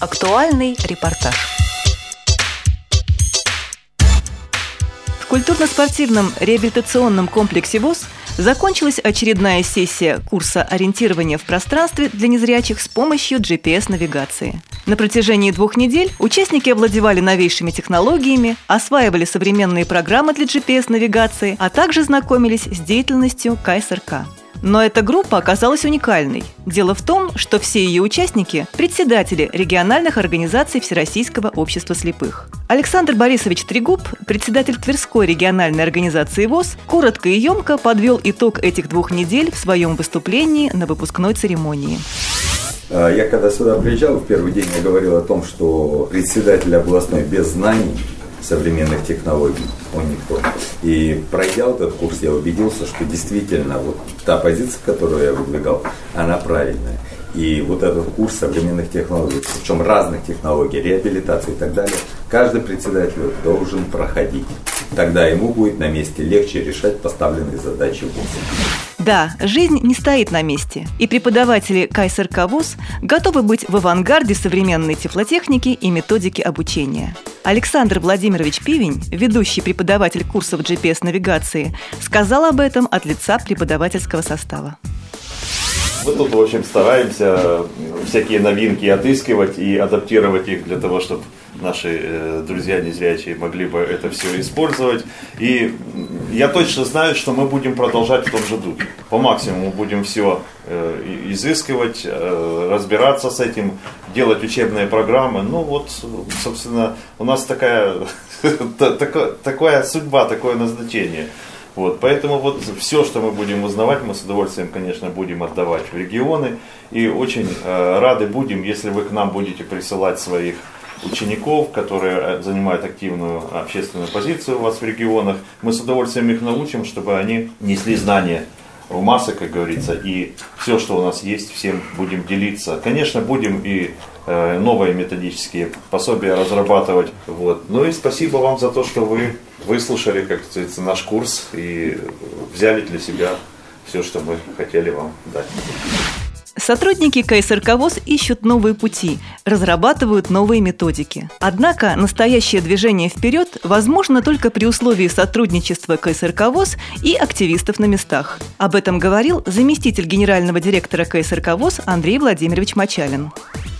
Актуальный репортаж. В культурно-спортивном реабилитационном комплексе ВОС закончилась очередная сессия курса ориентирования в пространстве для незрячих с помощью GPS-навигации. На протяжении 2 недель участники овладевали новейшими технологиями, осваивали современные программы для GPS-навигации, а также знакомились с деятельностью КСРК. Но эта группа оказалась уникальной. Дело в том, что все ее участники – председатели региональных организаций Всероссийского общества слепых. Александр Борисович Трегуб, председатель Тверской региональной организации ВОС, коротко и емко подвел итог этих 2 недель в своем выступлении на выпускной церемонии. Я когда сюда приезжал, в первый день я говорил о том, что председатель областной без знаний современных технологий, он никто. И пройдя этот курс, я убедился, что действительно вот та позиция, которую я выдвигал, она правильная. И вот этот курс современных технологий, причем разных технологий, реабилитации и так далее, каждый председатель должен проходить. Тогда ему будет на месте легче решать поставленные задачи ВОС. Да, жизнь не стоит на месте, и преподаватели КСРК ВОС готовы быть в авангарде современной теплотехники и методики обучения. Александр Владимирович Пивень, ведущий преподаватель курсов GPS-навигации, сказал об этом от лица преподавательского состава. Мы тут, в общем, стараемся всякие новинки отыскивать и адаптировать их для того, чтобы наши друзья незрячие могли бы это все использовать. И я точно знаю, что мы будем продолжать в том же духе. По максимуму будем все изыскивать, разбираться с этим, делать учебные программы. Ну вот, собственно, у нас такая судьба, такое назначение. Вот, поэтому вот все, что мы будем узнавать, мы с удовольствием, конечно, будем отдавать в регионы. И очень рады будем, если вы к нам будете присылать своих учеников, которые занимают активную общественную позицию у вас в регионах. Мы с удовольствием их научим, чтобы они несли знания в массы, как говорится. И все, что у нас есть, всем будем делиться. Конечно, будем и новые методические пособия разрабатывать. Вот. Ну и спасибо вам за то, что вы выслушали, как говорится, наш курс и взяли для себя все, что мы хотели вам дать. Сотрудники КСРК ВОС ищут новые пути, разрабатывают новые методики. Однако настоящее движение вперед возможно только при условии сотрудничества КСРК ВОС и активистов на местах. Об этом говорил заместитель генерального директора КСРК ВОС Андрей Владимирович Мочалин.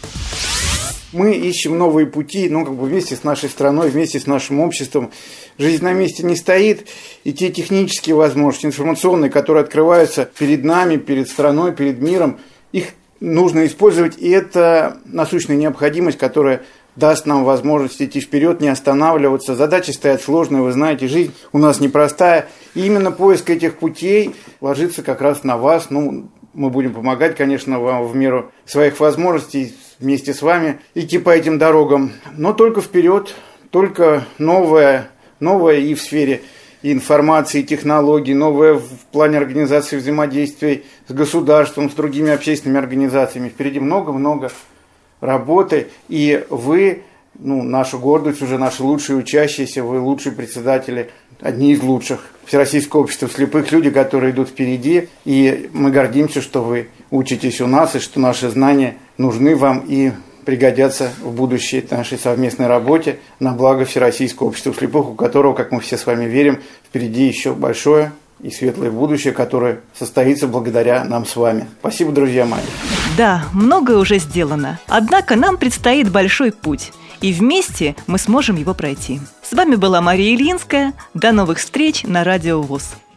Мы ищем новые пути, вместе с нашей страной, вместе с нашим обществом. Жизнь на месте не стоит, и те технические возможности, информационные, которые открываются перед нами, перед страной, перед миром, их нужно использовать, и это насущная необходимость, которая даст нам возможность идти вперед, не останавливаться. Задачи стоят сложные, вы знаете, жизнь у нас непростая, и именно поиск этих путей ложится как раз на вас. Мы будем помогать, конечно, вам в меру своих возможностей, вместе с вами идти по этим дорогам, но только вперед, только новое и в сфере информации, технологий, новое в плане организации взаимодействия с государством, с другими общественными организациями. Впереди много-много работы, и вы, наша гордость, уже наши лучшие учащиеся, вы лучшие председатели, одни из лучших Всероссийского общества слепых, люди, которые идут впереди, и мы гордимся, что вы учитесь у нас, и что наши знания нужны вам и пригодятся в будущей нашей совместной работе на благо Всероссийского общества слепых, у которого, как мы все с вами верим, впереди еще большое и светлое будущее, которое состоится благодаря нам с вами. Спасибо, друзья мои. Да, многое уже сделано. Однако нам предстоит большой путь, и вместе мы сможем его пройти. С вами была Мария Ильинская. До новых встреч на Радио ВОС.